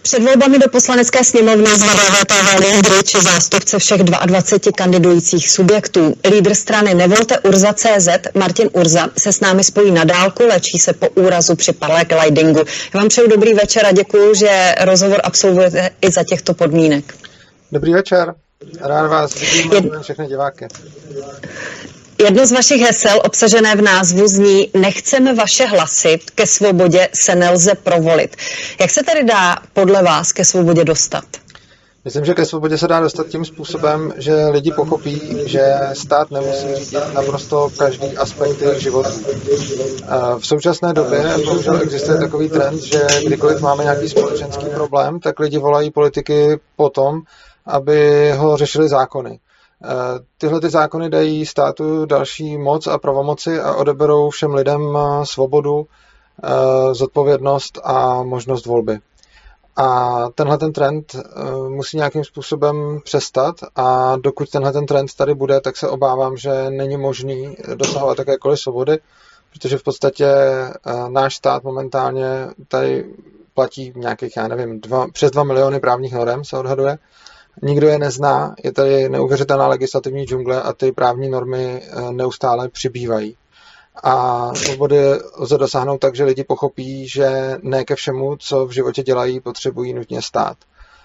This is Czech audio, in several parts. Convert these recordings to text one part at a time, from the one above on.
Před volbami do Poslanecké sněmovny zvedáváte lídry či zástupce všech 22 kandidujících subjektů. Lídr strany Nevolte Urza.cz Martin Urza se s námi spojí na dálku, léčí se po úrazu při paraglidingu. Já vám přeju dobrý večer a děkuju, že rozhovor absolvujete i za těchto podmínek. Dobrý večer, rád vás vidím a všechny diváky. Jedno z vašich hesel obsažené v názvu zní: nechceme vaše hlasy, ke svobodě se nelze provolit. Jak se tedy dá podle vás ke svobodě dostat? Myslím, že ke svobodě se dá dostat tím způsobem, že lidi pochopí, že stát nemusí řídit naprosto každý aspekt jejich životů. V současné době bohužel existuje takový trend, že kdykoliv máme nějaký společenský problém, tak lidi volají politiky potom, aby ho řešili zákony. Tyhle ty zákony dají státu další moc a pravomoci a odeberou všem lidem svobodu, zodpovědnost a možnost volby. A tenhle ten trend musí nějakým způsobem přestat a dokud tenhle ten trend tady bude, tak se obávám, že není možný dosahovat jakékoliv svobody, protože v podstatě náš stát momentálně tady platí nějakých, já nevím, přes 2 miliony právních norem se odhaduje. Nikdo je nezná, je tady neuvěřitelná legislativní džungle a ty právní normy neustále přibývají. A svobody lze dosáhnout tak, že lidi pochopí, že ne ke všemu, co v životě dělají, potřebují nutně stát.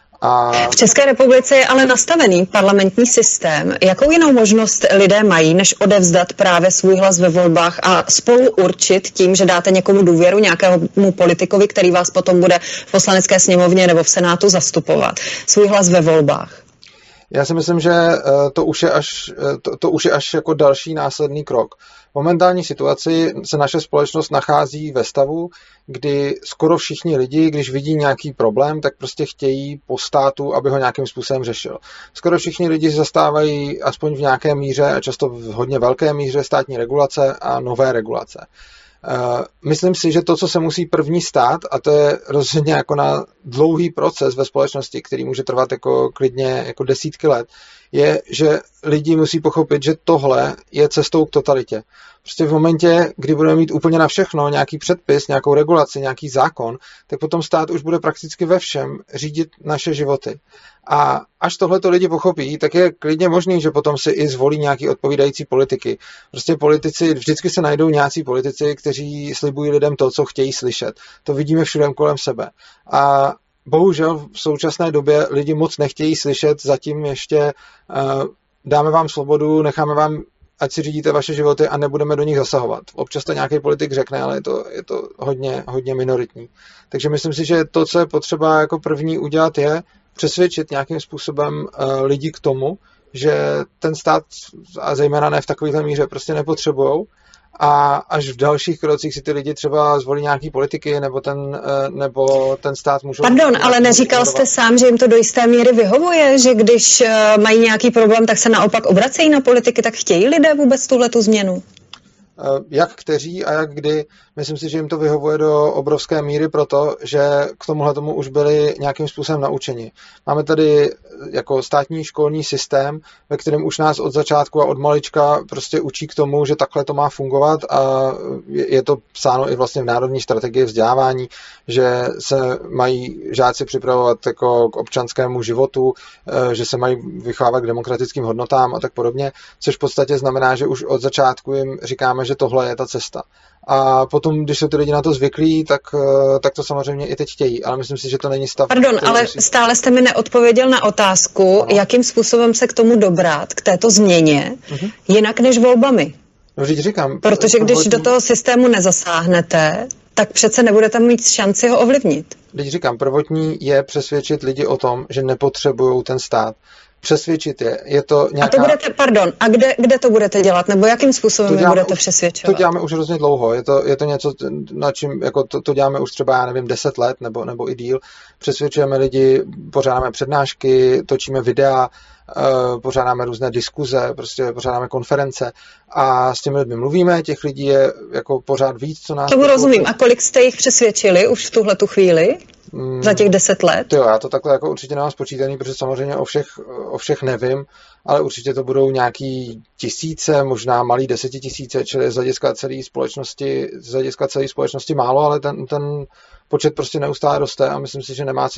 V České republice je ale nastavený parlamentní systém. Jakou jinou možnost lidé mají, než odevzdat právě svůj hlas ve volbách a spolu určit tím, že dáte někomu důvěru, nějakému politikovi, který vás potom bude v Poslanecké sněmovně nebo v Senátu zastupovat, svůj hlas ve volbách? Já si myslím, že to už je až jako další následný krok. V momentální situaci se naše společnost nachází ve stavu, kdy skoro všichni lidi, když vidí nějaký problém, tak prostě chtějí po státu, aby ho nějakým způsobem řešil. Skoro všichni lidi zastávají aspoň v nějaké míře a často v hodně velké míře státní regulace a nové regulace. Myslím si, že to, co se musí první stát, a to je rozhodně jako na dlouhý proces ve společnosti, který může trvat jako klidně jako desítky let, je, že lidi musí pochopit, že tohle je cestou k totalitě. Prostě v momentě, kdy budeme mít úplně na všechno nějaký předpis, nějakou regulaci, nějaký zákon, tak potom stát už bude prakticky ve všem řídit naše životy. A až tohleto lidi pochopí, tak je klidně možný, že potom si i zvolí nějaký odpovídající politiky. Prostě politici, vždycky se najdou nějací politici, kteří slibují lidem to, co chtějí slyšet. To vidíme všude kolem sebe. A bohužel v současné době lidi moc nechtějí slyšet zatím ještě dáme vám svobodu, necháme vám, ať si řídíte vaše životy a nebudeme do nich zasahovat. Občas to nějaký politik řekne, ale je to hodně minoritní. Takže myslím si, že to, co je potřeba jako první udělat, je přesvědčit nějakým způsobem lidi k tomu, že ten stát, a zejména ne v takovéhle míře, prostě nepotřebujou, a až v dalších krocích si ty lidi třeba zvolí nějaký politiky nebo ten stát můžou... Pardon, ale neříkal jste sám, že jim to do jisté míry vyhovuje, že když mají nějaký problém, tak se naopak obracejí na politiky, tak chtějí lidé vůbec tuhletu změnu? Jak kteří a jak kdy. Myslím si, že jim to vyhovuje do obrovské míry proto, že k tomu už byli nějakým způsobem naučeni. Máme tady jako státní školní systém, ve kterém už nás od začátku a od malička prostě učí k tomu, že takhle to má fungovat a je to psáno i vlastně v Národní strategii vzdělávání, že se mají žáci připravovat jako k občanskému životu, že se mají vychovávat k demokratickým hodnotám a tak podobně, což v podstatě znamená, že už od začátku jim říkáme, že tohle je ta cesta. A potom, když jsou ty lidi na to zvyklí, tak to samozřejmě i teď chtějí. Ale myslím si, že to není stav. Pardon, ale stále jste mi neodpověděl na otázku, jakým způsobem se k tomu dobrat, k této změně, jinak než volbami. No, říkám. Protože když do toho systému nezasáhnete, tak přece nebudete mít šanci ho ovlivnit. Když říkám, prvotní je přesvědčit lidi o tom, že nepotřebují ten stát. Přesvědčit je to nějaká... A kde to budete dělat, nebo jakým způsobem budete přesvědčovat? To děláme už hrozně dlouho, je to něco, na čím, jako to děláme už třeba, já nevím, 10 let, nebo i díl. Přesvědčujeme lidi, pořádáme přednášky, točíme videa, pořádáme různé diskuze, prostě pořádáme konference a s těmi lidmi mluvíme, těch lidí je jako pořád víc, co nás... Tomu rozumím. A kolik jste jich přesvědčili už v tuhletu chvíli? za těch 10 let? Jo, já to takhle jako určitě nemám spočítaný, protože samozřejmě o všech nevím, ale určitě to budou nějaký tisíce, možná malý 10 000, čili z hlediska celé společnosti málo, ale ten počet prostě neustále roste a myslím si, že nemá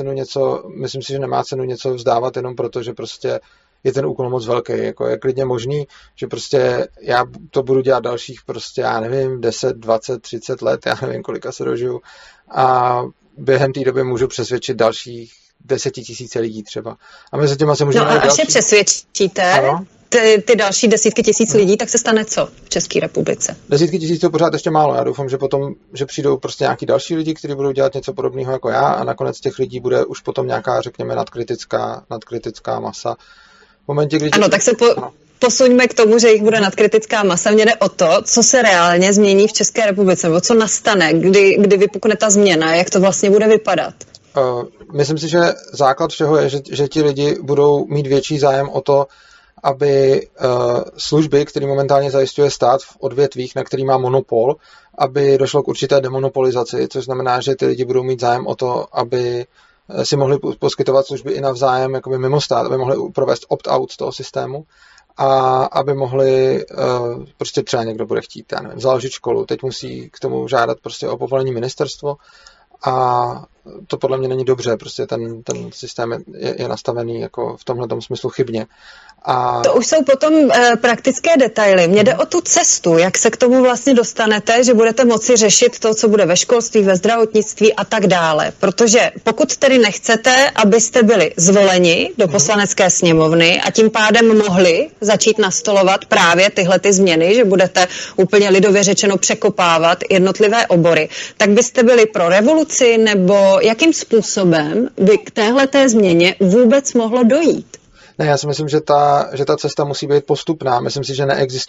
cenu něco vzdávat jenom proto, že prostě je ten úkol moc velký. Jako je klidně možný, že prostě já to budu dělat dalších prostě, já nevím, 10, 20, 30 let, já nevím, kolika se dožiju a během té doby můžu přesvědčit dalších 10 000 lidí třeba. A mezi těma se můžeme... No a až je přesvědčíte ty další desítky tisíc lidí, tak se stane co v České republice? Desítky tisíc to pořád ještě málo. Já doufám, že potom, že přijdou prostě nějaký další lidi, kteří budou dělat něco podobného jako já a nakonec těch lidí bude už potom nějaká, řekněme, nadkritická masa. V momentě, kdy ano, tak se posuňme k tomu, že jich bude nadkritická masa. Mně jde o to, co se reálně změní v České republice, nebo co nastane, kdy vypukne ta změna, jak to vlastně bude vypadat. Myslím si, že základ všeho je, že ti lidi budou mít větší zájem o to, aby služby, které momentálně zajišťuje stát v odvětvích, na který má monopol, aby došlo k určité demonopolizaci, což znamená, že ty lidi budou mít zájem o to, aby si mohli poskytovat služby i navzájem jakoby mimo stát, aby mohli provést opt-out z toho systému a aby mohli prostě třeba někdo bude chtít, já nevím, založit školu, teď musí k tomu žádat prostě o povolení ministerstvo a to podle mě není dobře, prostě ten systém je nastavený jako v tomhletom smyslu chybně. A... To už jsou potom praktické detaily. Mně jde o tu cestu, jak se k tomu vlastně dostanete, že budete moci řešit to, co bude ve školství, ve zdravotnictví a tak dále. Protože pokud tedy nechcete, abyste byli zvoleni do poslanecké sněmovny a tím pádem mohli začít nastolovat právě tyhle ty změny, že budete úplně lidově řečeno překopávat jednotlivé obory, tak byste byli pro revoluci, nebo jakým způsobem by k téhleté změně vůbec mohlo dojít? Ne, já si myslím, že ta cesta musí být postupná. Myslím si,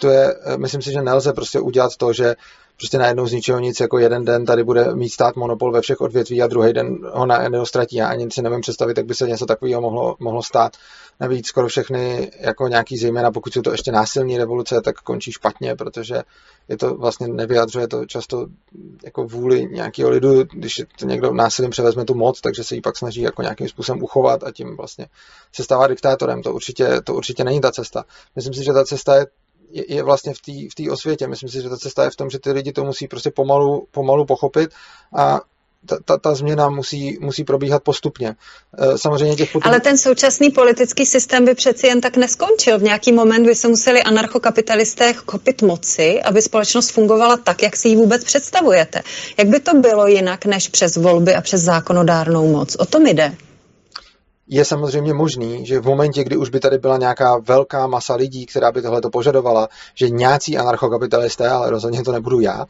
že nelze prostě udělat to, že prostě najednou z ničeho nic, jako jeden den tady bude mít stát monopol ve všech odvětví a druhý den ho najednou ztratí. Já ani si nevím představit, jak by se něco takového mohlo stát. Navíc skoro všechny, jako nějaký zejména, pokud jsou to ještě násilní revoluce, tak končí špatně, protože je to vlastně nevyjadřuje to často jako vůli nějakého lidu, když to někdo násilím převezme tu moc, takže se jí pak snaží jako nějakým způsobem uchovat a tím vlastně se stává diktátorem. To určitě není ta cesta. Myslím si, že ta cesta je vlastně v té osvětě. Myslím si, že ta cesta je v tom, že ty lidi to musí prostě pomalu pochopit a ta změna musí probíhat postupně. Samozřejmě Ale ten současný politický systém by přeci jen tak neskončil. V nějaký moment by se museli anarchokapitalisté chopit moci, aby společnost fungovala tak, jak si ji vůbec představujete. Jak by to bylo jinak než přes volby a přes zákonodárnou moc? O tom jde. Je samozřejmě možný, že v momentě, kdy už by tady byla nějaká velká masa lidí, která by tohleto požadovala, že nějací anarchokapitalisté, ale rozhodně to nebudu já,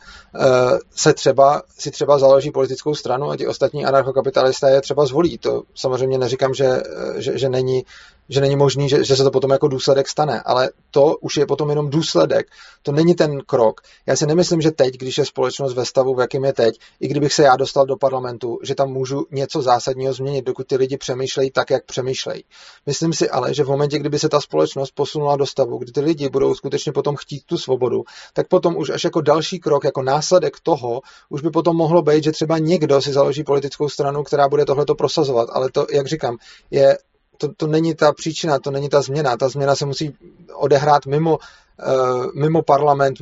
si třeba založí politickou stranu a ti ostatní anarchokapitalisté je třeba zvolí. To samozřejmě neříkám, že není možný, že se to potom jako důsledek stane, ale to už je potom jenom důsledek. To není ten krok. Já si nemyslím, že teď, když je společnost ve stavu, v jakém je teď, i kdybych se já dostal do parlamentu, že tam můžu něco zásadního změnit, dokud ty lidi přemýšlejí tak, jak přemýšlejí. Myslím si ale, že v momentě, kdyby se ta společnost posunula do stavu, kdy ty lidi budou skutečně potom chtít tu svobodu, tak potom už až jako další krok, jako následek toho, už by potom mohlo být, že třeba někdo si založí politickou stranu, která bude tohleto prosazovat, ale to, jak říkám, to není ta příčina, to není ta změna. Ta změna se musí odehrát mimo parlament,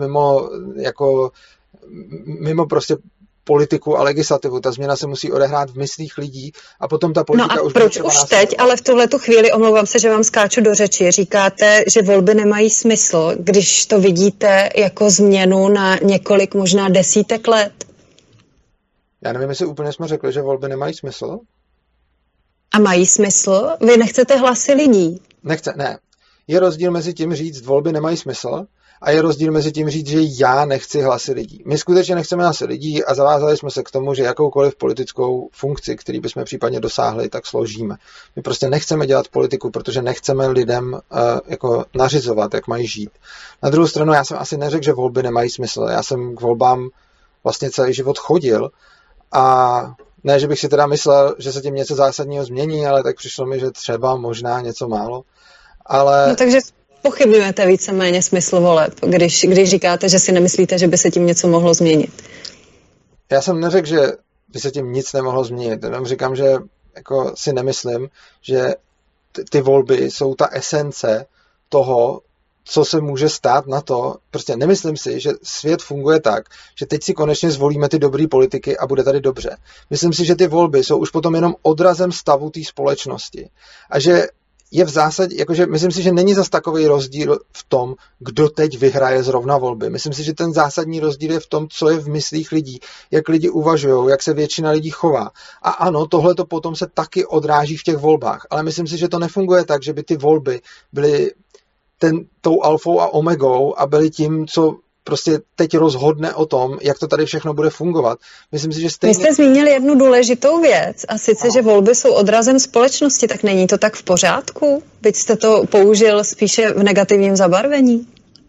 mimo prostě politiku a legislativu. Ta změna se musí odehrát v myslích lidí a potom ta politika no a proč už teď, ale v tuhletu chvíli, omlouvám se, že vám skáču do řeči, říkáte, že volby nemají smysl, když to vidíte jako změnu na několik, možná desítek let? Já nevím, jestli úplně jsme řekli, že volby nemají smysl. A mají smysl? Vy nechcete hlasy lidí? Ne. Je rozdíl mezi tím říct, volby nemají smysl, a je rozdíl mezi tím říct, že já nechci hlasy lidí. My skutečně nechceme hlasy lidí a zavázali jsme se k tomu, že jakoukoliv politickou funkci, který bychom případně dosáhli, tak složíme. My prostě nechceme dělat politiku, protože nechceme lidem jako nařizovat, jak mají žít. Na druhou stranu já jsem asi neřekl, že volby nemají smysl. Já jsem k volbám vlastně celý život chodil a ne, že bych si teda myslel, že se tím něco zásadního změní, ale tak přišlo mi, že třeba možná něco málo. Ale... No takže pochybňujete víceméně smysl voleb, když říkáte, že si nemyslíte, že by se tím něco mohlo změnit. Já jsem neřekl, že by se tím nic nemohlo změnit. Jenom říkám, že jako si nemyslím, že ty volby jsou ta esence toho, co se může stát na to. Prostě nemyslím si, že svět funguje tak, že teď si konečně zvolíme ty dobrý politiky a bude tady dobře. Myslím si, že ty volby jsou už potom jenom odrazem stavu té společnosti. A že je v zásadě, jakože myslím si, že není zas takový rozdíl v tom, kdo teď vyhraje zrovna volby. Myslím si, že ten zásadní rozdíl je v tom, co je v myslích lidí, jak lidi uvažují, jak se většina lidí chová. A ano, tohle to potom se taky odráží v těch volbách, ale myslím si, že to nefunguje tak, že by ty volby byly tou alfou a omegou a byly tím, co prostě teď rozhodne o tom, jak to tady všechno bude fungovat. Myslím si, že stejně... Vy jste zmínili jednu důležitou věc, a sice, že volby jsou odrazem společnosti, tak není to tak v pořádku? Byť jste to použil spíše v negativním zabarvení.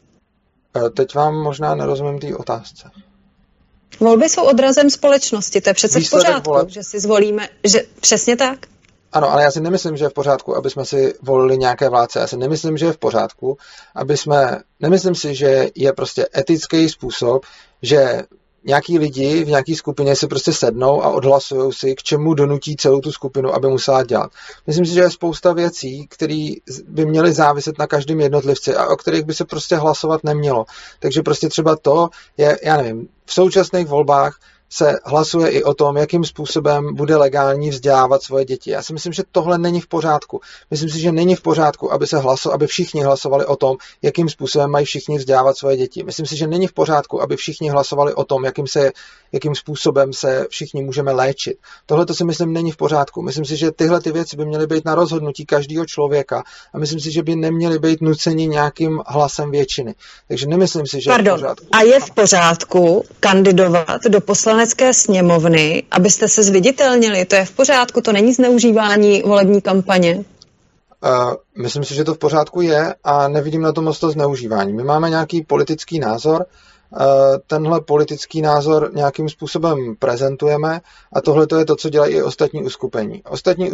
Teď vám možná nerozumím té otázce. Volby jsou odrazem společnosti, to je přece Výsledek v pořádku, voleb. Že si zvolíme, že přesně tak. Ano, ale já si nemyslím, že je v pořádku, aby jsme si volili nějaké vládce. Já si nemyslím, že je v pořádku, nemyslím si, že je prostě etický způsob, že nějaký lidi v nějaké skupině si prostě sednou a odhlasují si, k čemu donutí celou tu skupinu, aby musela dělat. Myslím si, že je spousta věcí, které by měly záviset na každém jednotlivci a o kterých by se prostě hlasovat nemělo. Takže prostě třeba to je, já nevím, v současných volbách se hlasuje i o tom, jakým způsobem bude legální vzdělávat svoje děti. Já si myslím, že tohle není v pořádku. Myslím si, že není v pořádku, aby všichni hlasovali o tom, jakým způsobem mají všichni vzdělávat svoje děti. Myslím si, že není v pořádku, aby všichni hlasovali o tom, jakým způsobem se všichni můžeme léčit. Tohle to si myslím není v pořádku. Myslím si, že tyhle ty věci by měly být na rozhodnutí každého člověka a myslím si, že by neměly být nuceni nějakým hlasem většiny. Takže nemyslím si, že je v pořádku. A je v pořádku kandidovat do Poslanecké sněmovny, abyste se zviditelnili? To je v pořádku, to není zneužívání volební kampaně? Myslím si, že to v pořádku je a nevidím na to moc to zneužívání. My máme nějaký politický názor, tenhle politický názor nějakým způsobem prezentujeme a tohle to je to, co dělají i ostatní uskupení.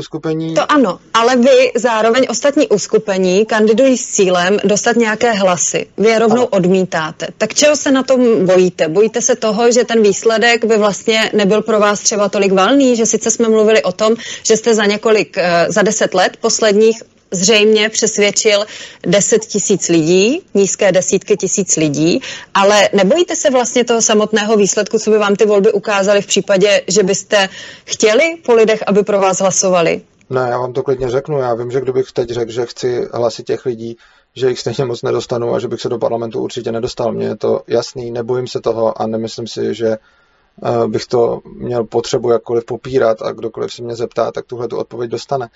To ano, ale vy zároveň ostatní uskupení kandidují s cílem dostat nějaké hlasy. Vy je rovnou odmítáte. Tak čeho se na tom bojíte? Bojíte se toho, že ten výsledek by vlastně nebyl pro vás třeba tolik valný, že sice jsme mluvili o tom, že jste za 10 let posledních zřejmě přesvědčil 10 000 lidí, nízké desítky tisíc lidí, ale nebojíte se vlastně toho samotného výsledku, co by vám ty volby ukázaly v případě, že byste chtěli po lidech, aby pro vás hlasovali? Ne, já vám to klidně řeknu. Já vím, že kdybych teď řekl, že chci hlasy těch lidí, že jich stejně moc nedostanu a že bych se do parlamentu určitě nedostal. Mně je to jasný, nebojím se toho a nemyslím si, že bych to měl potřebu jakkoliv popírat a kdokoliv se mě zeptá, tak tuhle tu odpověď dostane.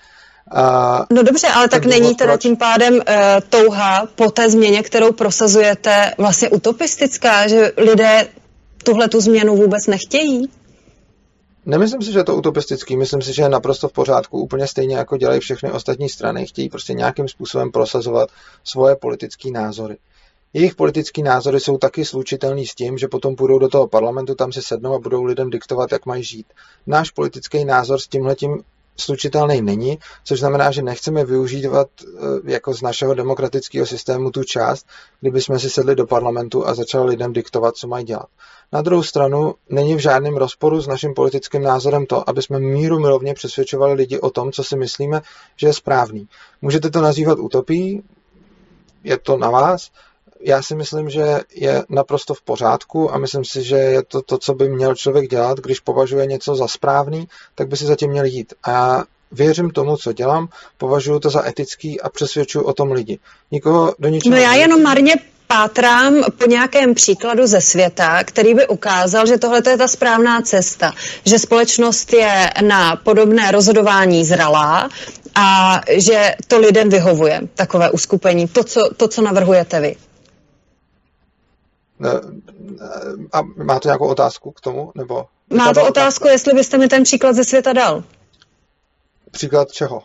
No dobře, ale tak není teda tím pádem touha po té změně, kterou prosazujete, vlastně utopistická, že lidé tuhletu změnu vůbec nechtějí? Nemyslím si, že je to utopistický, myslím si, že je naprosto v pořádku, úplně stejně jako dělají všechny ostatní strany, chtějí prostě nějakým způsobem prosazovat svoje politické názory. Jejich politické názory jsou taky slučitelný s tím, že potom půjdou do toho parlamentu, tam si sednou a budou lidem diktovat, jak mají žít. Náš politický názor s tímhletím slučitelný není, což znamená, že nechceme využívat jako z našeho demokratického systému tu část, kdyby jsme si sedli do parlamentu a začali lidem diktovat, co mají dělat. Na druhou stranu není v žádném rozporu s naším politickým názorem to, aby jsme míru milovně přesvědčovali lidi o tom, co si myslíme, že je správný. Můžete to nazývat utopií, je to na vás. Já si myslím, že je naprosto v pořádku a myslím si, že je to, co by měl člověk dělat, když považuje něco za správný, tak by si za tím měl jít. A já věřím tomu, co dělám, považuji to za etický a přesvědčuji o tom lidi. Nikoho do ničeho... No já jenom marně pátrám po nějakém příkladu ze světa, který by ukázal, že tohle je ta správná cesta, že společnost je na podobné rozhodování zralá a že to lidem vyhovuje, takové uskupení. To, co navrhujete vy. A máte nějakou otázku k tomu? Nebo máte otázku, jestli byste mi ten příklad ze světa dal? Příklad čeho?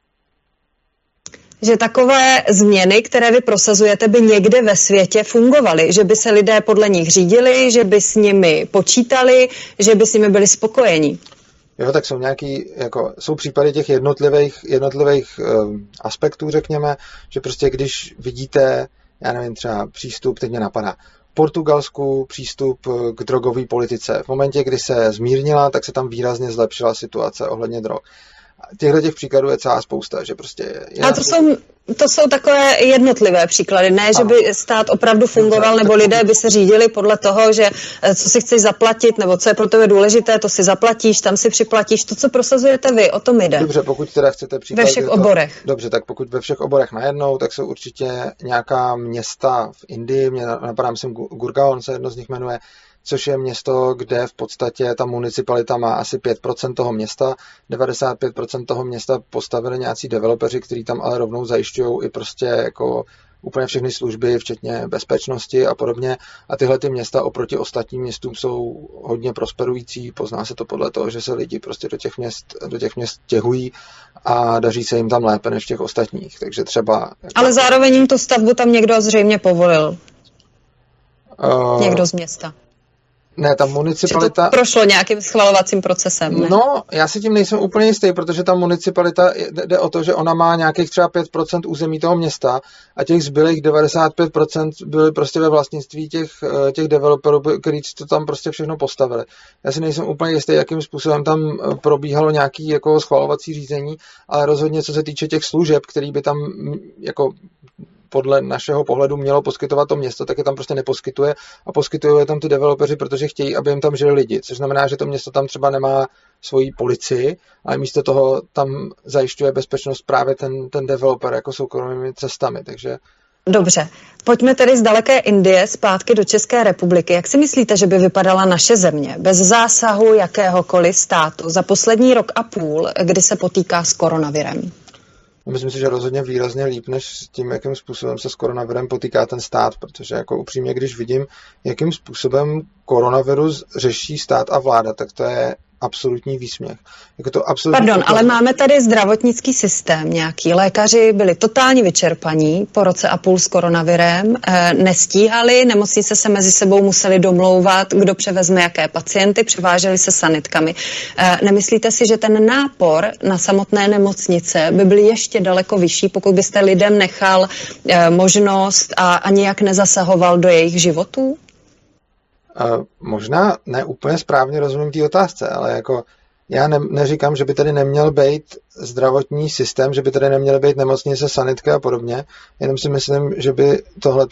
Že takové změny, které vy prosazujete, by někde ve světě fungovaly, že by se lidé podle nich řídili, že by s nimi počítali, že by s nimi byli spokojeni. Jo, tak jsou případy těch jednotlivých aspektů, řekněme, že prostě když vidíte, já nevím, třeba přístup, teď mě napadá, Portugalsku přístup k drogové politice. V momentě, kdy se zmírnila, tak se tam výrazně zlepšila situace ohledně drog. Těch příkladů je celá spousta, že prostě... A to jsou takové jednotlivé příklady, ne, že by stát opravdu fungoval, nebo lidé by se řídili podle toho, že co si chceš zaplatit, nebo co je pro tebe důležité, to si zaplatíš, tam si připlatíš, to, co prosazujete vy, o tom jde. Dobře, pokud teda chcete příklad... Ve všech oborech. Dobře, tak pokud ve všech oborech najednou, tak jsou určitě nějaká města v Indii, mě napadá, myslím, Gurgaon se jedno z nich jmenuje, což je město, kde v podstatě ta municipalita má asi 5% toho města, 95% toho města postavili nějací developeři, kteří tam ale rovnou zajišťují i prostě jako úplně všechny služby, včetně bezpečnosti a podobně. A tyhle ty města oproti ostatním městům jsou hodně prosperující, pozná se to podle toho, že se lidi prostě do těch měst těhují a daří se jim tam lépe než v těch ostatních. Takže třeba... Ale zároveň jim tu stavbu tam někdo zřejmě povolil. Někdo z města. Ne, ta municipalita... Že to prošlo nějakým schvalovacím procesem, ne? No, já si tím nejsem úplně jistý, protože ta municipalita jde o to, že ona má nějakých třeba 5% území toho města a těch zbylých 95% byly prostě ve vlastnictví těch developerů, kteří to tam prostě všechno postavili. Já si nejsem úplně jistý, jakým způsobem tam probíhalo nějaký jako schvalovací řízení, ale rozhodně co se týče těch služeb, který by tam jako podle našeho pohledu mělo poskytovat to město, tak je tam prostě neposkytuje a poskytují tam ty developeři, protože chtějí, aby jim tam žili lidi, což znamená, že to město tam třeba nemá svoji policii, ale místo toho tam zajišťuje bezpečnost právě ten developer jako soukromými cestami, takže... Dobře, pojďme tedy z daleké Indie zpátky do České republiky. Jak si myslíte, že by vypadala naše země bez zásahu jakéhokoliv státu za poslední rok a půl, kdy se potýká s koronavirem? Myslím si, že rozhodně výrazně líp, než s tím, jakým způsobem se s koronavirem potýká ten stát, protože jako upřímně, když vidím, jakým způsobem koronavirus řeší stát a vláda, tak to je absolutní výsměch. Jako to absolutní Pardon, ale máme tady zdravotnický systém nějaký. Lékaři byli totálně vyčerpaní po roce a půl s koronavirem, nestíhali, nemocnice se mezi sebou museli domlouvat, kdo převezme jaké pacienty, převáželi se sanitkami. Nemyslíte si, že ten nápor na samotné nemocnice by byl ještě daleko vyšší, pokud byste lidem nechal možnost a nijak nezasahoval do jejich životů? Možná ne úplně správně rozumím té otázce, ale jako já neříkám, že by tady neměl být zdravotní systém, že by tady neměly být nemocnice, sanitky a podobně, jenom si myslím, že by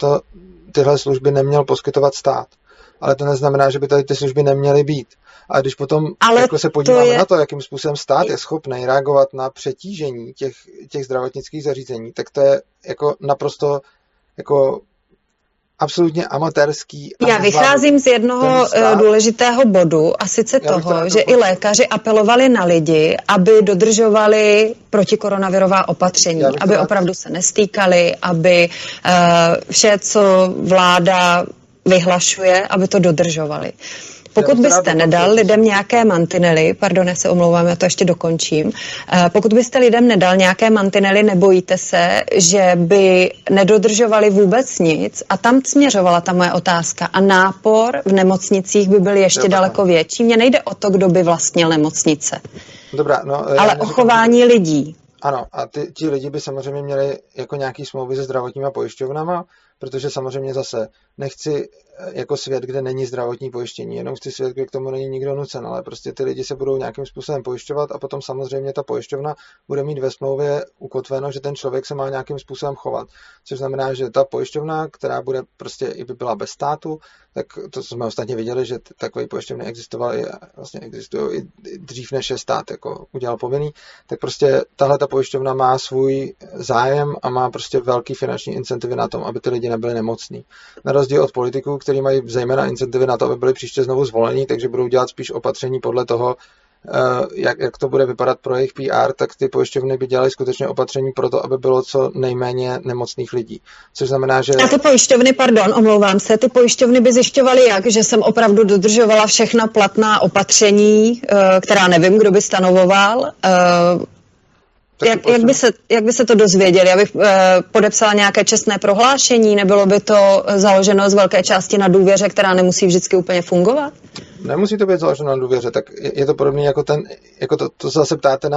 tyhle služby neměl poskytovat stát. Ale to neznamená, že by tady ty služby neměly být. A když potom jako se podíváme na to, jakým způsobem stát je schopný reagovat na přetížení těch zdravotnických zařízení, tak to je jako naprosto jako absolutně amatérský. Já vycházím z jednoho důležitého bodu a sice toho, že i lékaři apelovali na lidi, aby dodržovali protikoronavirová opatření, aby opravdu se nestýkali, aby vše, co vláda vyhlašuje, aby to dodržovali. Pokud byste nedal lidem nějaké mantinely, pardon, já se omlouvám, já to ještě dokončím, pokud byste lidem nedal nějaké mantinely, nebojíte se, že by nedodržovali vůbec nic a tam směřovala ta moje otázka a nápor v nemocnicích by byl ještě daleko větší. Mně nejde o to, kdo by vlastnil nemocnice, dobrá, ale o chování lidí. Ano, a ti lidi by samozřejmě měli jako nějaký smlouvy se zdravotníma pojišťovnama, protože samozřejmě zase nechci jako svět, kde není zdravotní pojištění, jenom chci svět, kde k tomu není nikdo nucen, ale prostě ty lidi se budou nějakým způsobem pojišťovat a potom samozřejmě ta pojišťovna bude mít ve smlouvě ukotveno, že ten člověk se má nějakým způsobem chovat, což znamená, že ta pojišťovna, která bude prostě i by byla bez státu, tak to jsme ostatně viděli, že takové pojišťovny existovaly, vlastně existují i dřív než je stát jako udělal povinný, tak prostě tahle ta pojišťovna má svůj zájem a má prostě velký finanční incentivy na tom, aby ty lidi nebyli nemocní. Na rozdíl od politiků, kteří mají zejména incentivy na to, aby byli příště znovu zvolení, takže budou dělat spíš opatření podle toho, jak to bude vypadat pro jejich PR, tak ty pojišťovny by dělaly skutečně opatření pro to, aby bylo co nejméně nemocných lidí. Což znamená, že... A ty pojišťovny, pardon, omlouvám se, ty pojišťovny by zjišťovaly jak, že jsem opravdu dodržovala všechna platná opatření, která nevím, kdo by stanovoval. Jak by se to dozvěděli? Abych podepsala nějaké čestné prohlášení? Nebylo by to založeno z velké části na důvěře, která nemusí vždycky úplně fungovat? Nemusí to být založeno na důvěře, tak je to podobné jako to zase ptáte na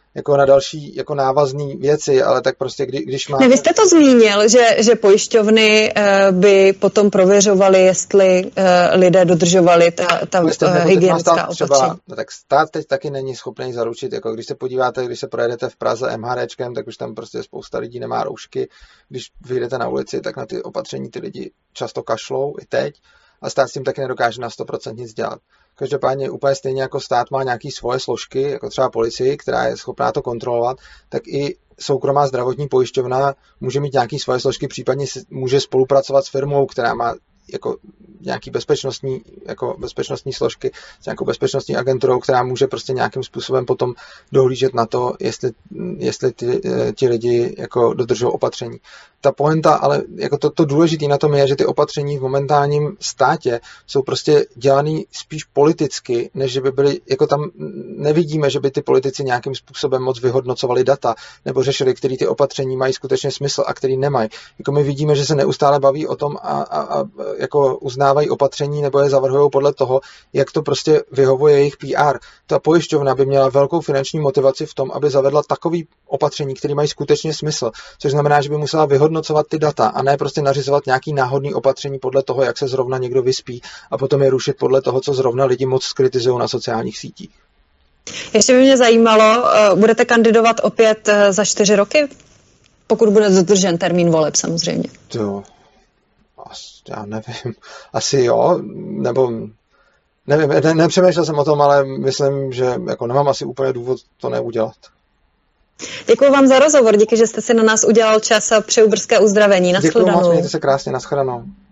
jako na další jako návazné věci, ale tak prostě když máte... Ne, vy jste to zmínil, že pojišťovny by potom prověřovaly, jestli lidé dodržovali ta hygienická opatření. Tak stát teď taky není schopný zaručit, jako když se podíváte, když se projedete v Praze MHDčkem, tak už tam prostě spousta lidí nemá roušky, když vyjdete na ulici, tak na ty opatření ty lidi často kašlou i teď a stát s tím taky nedokáže na 100% nic dělat. Každopádně úplně stejně jako stát má nějaké svoje složky, jako třeba policii, která je schopná to kontrolovat, tak i soukromá zdravotní pojišťovna může mít nějaké svoje složky, případně může spolupracovat s firmou, která má jako nějaký bezpečnostní složky s nějakou bezpečnostní agenturou, která může prostě nějakým způsobem potom dohlížet na to, jestli ti lidi jako dodržují opatření. Ta pointa, ale jako to důležité na tom je, že ty opatření v momentálním státě jsou prostě dělaný spíš politicky, než že by byly, jako tam nevidíme, že by ty politici nějakým způsobem moc vyhodnocovali data, nebo řešili, který ty opatření mají skutečně smysl a který nemají. Jako my vidíme, že se neustále baví o tom a jako uznávají opatření nebo je zavrhují podle toho, jak to prostě vyhovuje jejich PR. Ta pojišťovna by měla velkou finanční motivaci v tom, aby zavedla takový opatření, které mají skutečně smysl, což znamená, že by musela vyhodnocovat ty data a ne prostě nařizovat nějaký náhodný opatření podle toho, jak se zrovna někdo vyspí a potom je rušit podle toho, co zrovna lidi moc skritizují na sociálních sítích. Ještě by mě zajímalo, budete kandidovat opět za 4 roky? Pokud bude dodržen termín voleb samozřejmě. Jo, já nevím. Asi jo, nebo nevím, nepřemýšlel jsem o tom, ale myslím, že jako nemám asi úplně důvod to neudělat. Děkuji vám za rozhovor, díky, že jste si na nás udělal čas a přeju brzké uzdravení. Děkuji moc, mějte se krásně, nashledanou.